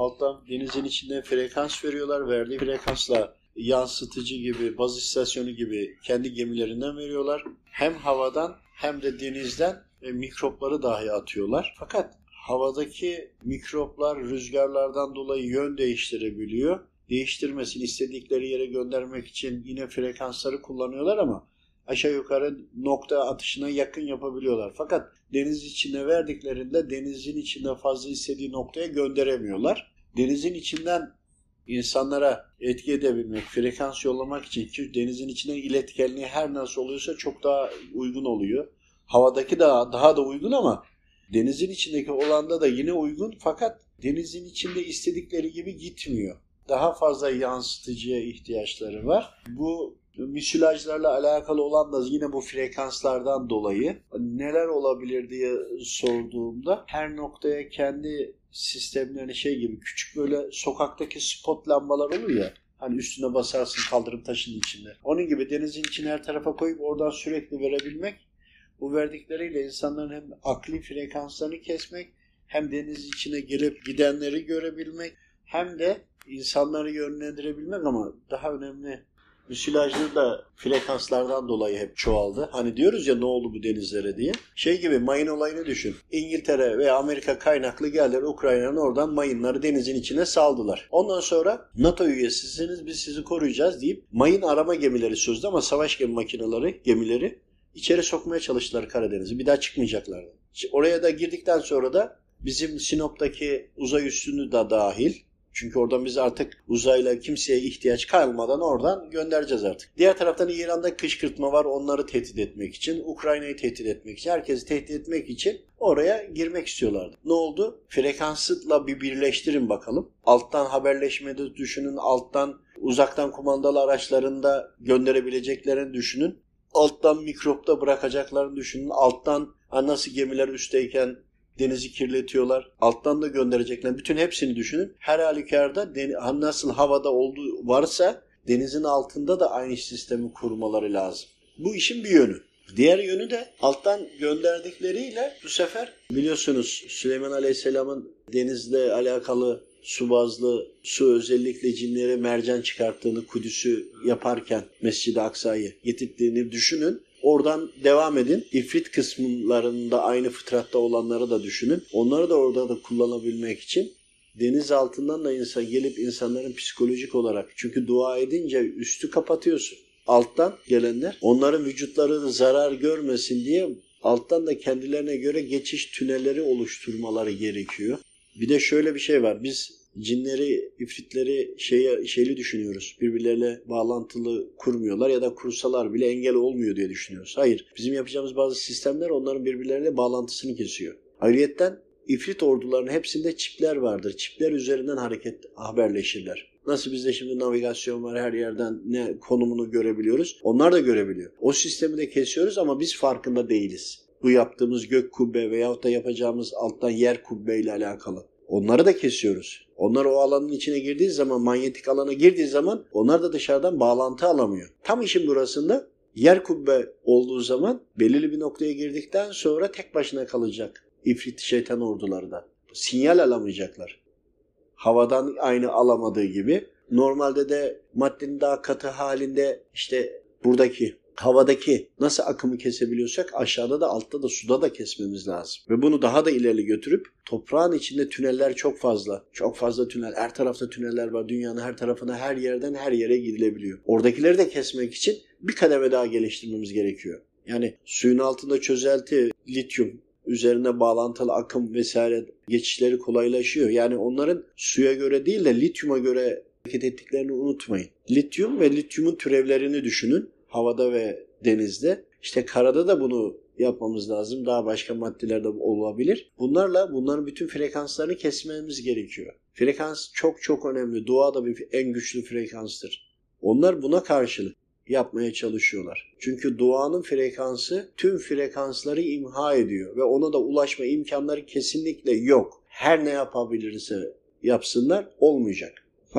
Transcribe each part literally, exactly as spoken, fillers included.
alttan denizin içinde frekans veriyorlar. Verdiği frekansla yansıtıcı gibi, baz istasyonu gibi kendi gemilerinden veriyorlar. Hem havadan hem de denizden e, mikropları dahi atıyorlar. Fakat havadaki mikroplar rüzgarlardan dolayı yön değiştirebiliyor. Değiştirmesini istedikleri yere göndermek için yine frekansları kullanıyorlar ama aşağı yukarı nokta atışına yakın yapabiliyorlar. Fakat deniz içine verdiklerinde denizin içinde fazla istediği noktaya gönderemiyorlar. Denizin içinden insanlara etki edebilmek, frekans yollamak için ki denizin içine iletkenliği her nasıl oluyorsa çok daha uygun oluyor. Havadaki daha, daha da uygun ama denizin içindeki olanda da yine uygun fakat denizin içinde istedikleri gibi gitmiyor. Daha fazla yansıtıcıya ihtiyaçları var. Bu müsilajlarla alakalı olan da yine bu frekanslardan dolayı neler olabilir diye sorduğumda her noktaya kendi sistemlerini şey gibi küçük böyle sokaktaki spot lambalar olur ya hani üstüne basarsın kaldırım taşının içinde. Onun gibi denizin içine her tarafa koyup oradan sürekli verebilmek bu verdikleriyle insanların hem akli frekanslarını kesmek hem deniz içine girip gidenleri görebilmek hem de insanları yönlendirebilmek ama daha önemli müsilajlı da frekanslardan dolayı hep çoğaldı. Hani diyoruz ya ne oldu bu denizlere diye. Şey gibi mayın olayını düşün. İngiltere veya Amerika kaynaklı geldiler Ukrayna'nın oradan mayınları denizin içine saldılar. Ondan sonra NATO üyesisiniz biz sizi koruyacağız deyip mayın arama gemileri sözde ama savaş gemi makineleri, gemileri içeri sokmaya çalıştılar Karadeniz'i. Bir daha çıkmayacaklardı. Oraya da girdikten sonra da bizim Sinop'taki uzay üssünü de dahil. Çünkü oradan biz artık uzayla kimseye ihtiyaç kalmadan oradan göndereceğiz artık. Diğer taraftan İran'da kışkırtma var onları tehdit etmek için. Ukrayna'yı tehdit etmek için. Herkesi tehdit etmek için oraya girmek istiyorlardı. Ne oldu? Frekansla bir birleştirin bakalım. Alttan haberleşmede düşünün. Alttan uzaktan kumandalı araçlarında gönderebileceklerini düşünün. Alttan mikropta bırakacaklarını düşünün. Alttan nasıl gemiler üstteyken denizi kirletiyorlar. Alttan da gönderecekler. Bütün hepsini düşünün. Her halükarda nasıl havada olduğu varsa denizin altında da aynı sistemi kurmaları lazım. Bu işin bir yönü. Diğer yönü de alttan gönderdikleriyle bu sefer biliyorsunuz Süleyman Aleyhisselam'ın denizle alakalı su bazlı, su özellikle cinlere mercan çıkarttığını, Kudüs'ü yaparken Mescid-i Aksa'yı getirdiğini düşünün. Oradan devam edin. İfrit kısımlarında aynı fıtratta olanları da düşünün. Onları da orada da kullanabilmek için deniz altından da insan gelip insanların psikolojik olarak çünkü dua edince üstü kapatıyorsun. Alttan gelenler onların vücutları da zarar görmesin diye alttan da kendilerine göre geçiş tünelleri oluşturmaları gerekiyor. Bir de şöyle bir şey var. Biz cinleri, ifritleri şeye, şeyli düşünüyoruz. Birbirleriyle bağlantılı kurmuyorlar ya da kursalar bile engel olmuyor diye düşünüyoruz. Hayır. Bizim yapacağımız bazı sistemler onların birbirleriyle bağlantısını kesiyor. Ayrıyetten ifrit ordularının hepsinde çipler vardır. Çipler üzerinden hareket haberleşirler. Nasıl bizde şimdi navigasyon var her yerden ne konumunu görebiliyoruz. Onlar da görebiliyor. O sistemi de kesiyoruz ama biz farkında değiliz. Bu yaptığımız gök kubbe veyahut da yapacağımız alttan yer kubbe ile alakalı. Onları da kesiyoruz. Onlar o alanın içine girdiği zaman, manyetik alana girdiği zaman onlar da dışarıdan bağlantı alamıyor. Tam işin burasında yer kubbe olduğu zaman belirli bir noktaya girdikten sonra tek başına kalacak ifrit şeytan orduları da. Sinyal alamayacaklar. Havadan aynı alamadığı gibi. Normalde de maddenin daha katı halinde işte buradaki havadaki nasıl akımı kesebiliyorsak aşağıda da altta da suda da kesmemiz lazım. Ve bunu daha da ileri götürüp toprağın içinde tüneller çok fazla. Çok fazla tünel. Her tarafta tüneller var. Dünyanın her tarafına her yerden her yere gidilebiliyor. Oradakileri de kesmek için bir kademe daha geliştirmemiz gerekiyor. Yani suyun altında çözelti, lityum üzerine bağlantılı akım vesaire geçişleri kolaylaşıyor. Yani onların suya göre değil de lityuma göre hareket ettiklerini unutmayın. Lityum ve lityumun türevlerini düşünün. Havada ve denizde. İşte karada da bunu yapmamız lazım. Daha başka maddeler de olabilir. Bunlarla bunların bütün frekanslarını kesmemiz gerekiyor. Frekans çok çok önemli. Dua da bir en güçlü frekanstır. Onlar buna karşılık yapmaya çalışıyorlar. Çünkü duanın frekansı tüm frekansları imha ediyor ve ona da ulaşma imkanları kesinlikle yok. Her ne yapabilirse yapsınlar olmayacak. Fakat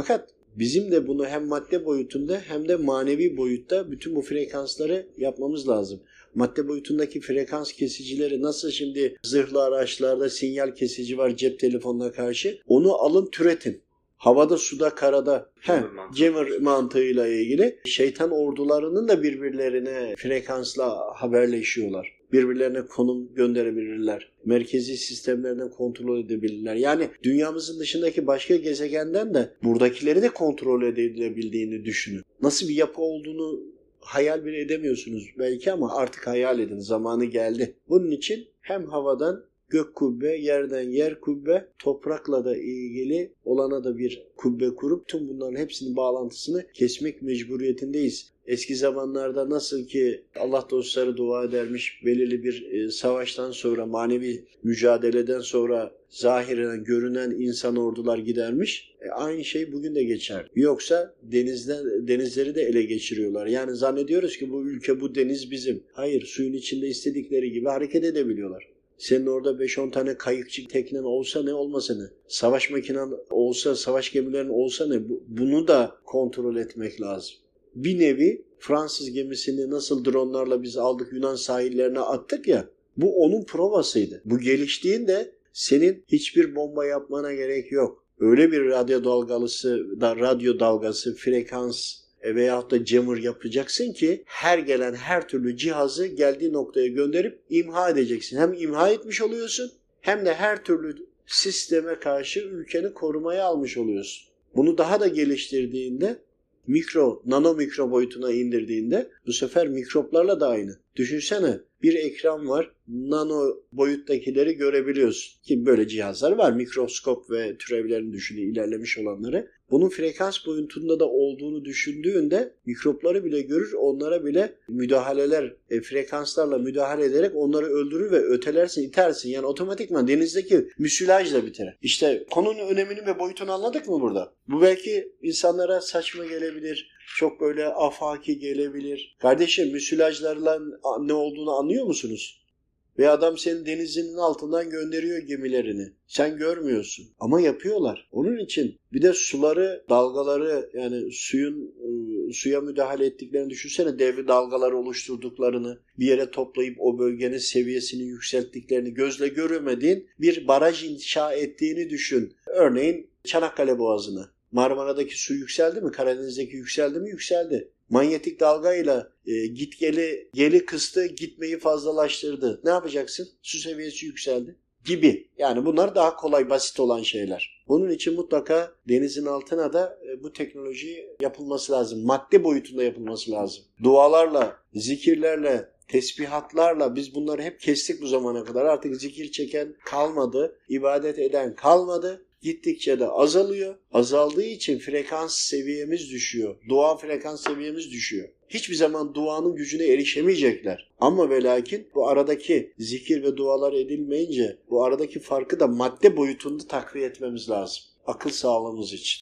Bizim de bunu hem madde boyutunda hem de manevi boyutta bütün bu frekansları yapmamız lazım. Madde boyutundaki frekans kesicileri nasıl şimdi zırhlı araçlarda sinyal kesici var cep telefonuna karşı, onu alın türetin. Havada, suda, karada. He, Jammer mantığıyla ilgili şeytan ordularının da birbirlerine frekansla haberleşiyorlar. Birbirlerine konum gönderebilirler. Merkezi sistemlerden kontrol edebilirler. Yani dünyamızın dışındaki başka gezegenden de buradakileri de kontrol edilebildiğini düşünün. Nasıl bir yapı olduğunu hayal bile edemiyorsunuz belki ama artık hayal edin. Zamanı geldi. Bunun için hem havadan gök kubbe, yerden yer kubbe, toprakla da ilgili olana da bir kubbe kurup tüm bunların hepsinin bağlantısını kesmek mecburiyetindeyiz. Eski zamanlarda nasıl ki Allah dostları dua edermiş, belirli bir e, savaştan sonra, manevi mücadeleden sonra zahiren görünen insan ordular gidermiş. E, aynı şey bugün de geçer. Yoksa denizden, denizleri de ele geçiriyorlar. Yani zannediyoruz ki bu ülke, bu deniz bizim. Hayır, suyun içinde istedikleri gibi hareket edebiliyorlar. Senin orada beş on tane kayıkçı teknen olsa ne, olmasa ne? Savaş makinen olsa, savaş gemilerin olsa ne? Bunu da kontrol etmek lazım. Bir nevi Fransız gemisini nasıl dronlarla biz aldık Yunan sahillerine attık ya, bu onun provasıydı. Bu geliştiğinde senin hiçbir bomba yapmana gerek yok. Öyle bir radyo dalgalısı, da radyo dalgası, frekans veyahut da jammer yapacaksın ki her gelen her türlü cihazı geldiği noktaya gönderip imha edeceksin. Hem imha etmiş oluyorsun hem de her türlü sisteme karşı ülkeni korumaya almış oluyorsun. Bunu daha da geliştirdiğinde, mikro, nano mikro boyutuna indirdiğinde bu sefer mikroplarla da aynı. Düşünsene, bir ekran var, nano boyuttakileri görebiliyorsun. Ki böyle cihazlar var, mikroskop ve türevlerini düşünün, ilerlemiş olanları. Bunun frekans boyutunda da olduğunu düşündüğünde mikropları bile görür, onlara bile müdahaleler, e, frekanslarla müdahale ederek onları öldürür ve ötelersin, itersin. Yani otomatikman denizdeki müsilajla biter. İşte konunun önemini ve boyutunu anladık mı burada? Bu belki insanlara saçma gelebilir, çok böyle afaki gelebilir. Kardeşim, müsilajlarla ne olduğunu anlıyor musunuz? Ve adam senin denizinin altından gönderiyor gemilerini. Sen görmüyorsun ama yapıyorlar. Onun için bir de suları, dalgaları, yani suyun suya müdahale ettiklerini düşünsene, devri dalgaları oluşturduklarını, bir yere toplayıp o bölgenin seviyesini yükselttiklerini, gözle göremediğin bir baraj inşa ettiğini düşün. Örneğin Çanakkale Boğazı'na. Marmara'daki su yükseldi mi? Karadeniz'deki yükseldi mi? Yükseldi. Manyetik dalgayla e, git geli, geli kıstı, gitmeyi fazlalaştırdı. Ne yapacaksın? Su seviyesi yükseldi gibi. Yani bunlar daha kolay, basit olan şeyler. Bunun için mutlaka denizin altına da e, bu teknoloji yapılması lazım. Madde boyutunda yapılması lazım. Dualarla, zikirlerle, tesbihatlarla biz bunları hep kestik bu zamana kadar. Artık zikir çeken kalmadı, ibadet eden kalmadı. Gittikçe de azalıyor. Azaldığı için frekans seviyemiz düşüyor. Dua frekans seviyemiz düşüyor. Hiçbir zaman duanın gücüne erişemeyecekler. Ama ve lakin bu aradaki zikir ve dualar edilmeyince bu aradaki farkı da madde boyutunda takviye etmemiz lazım. Akıl sağlığımız için.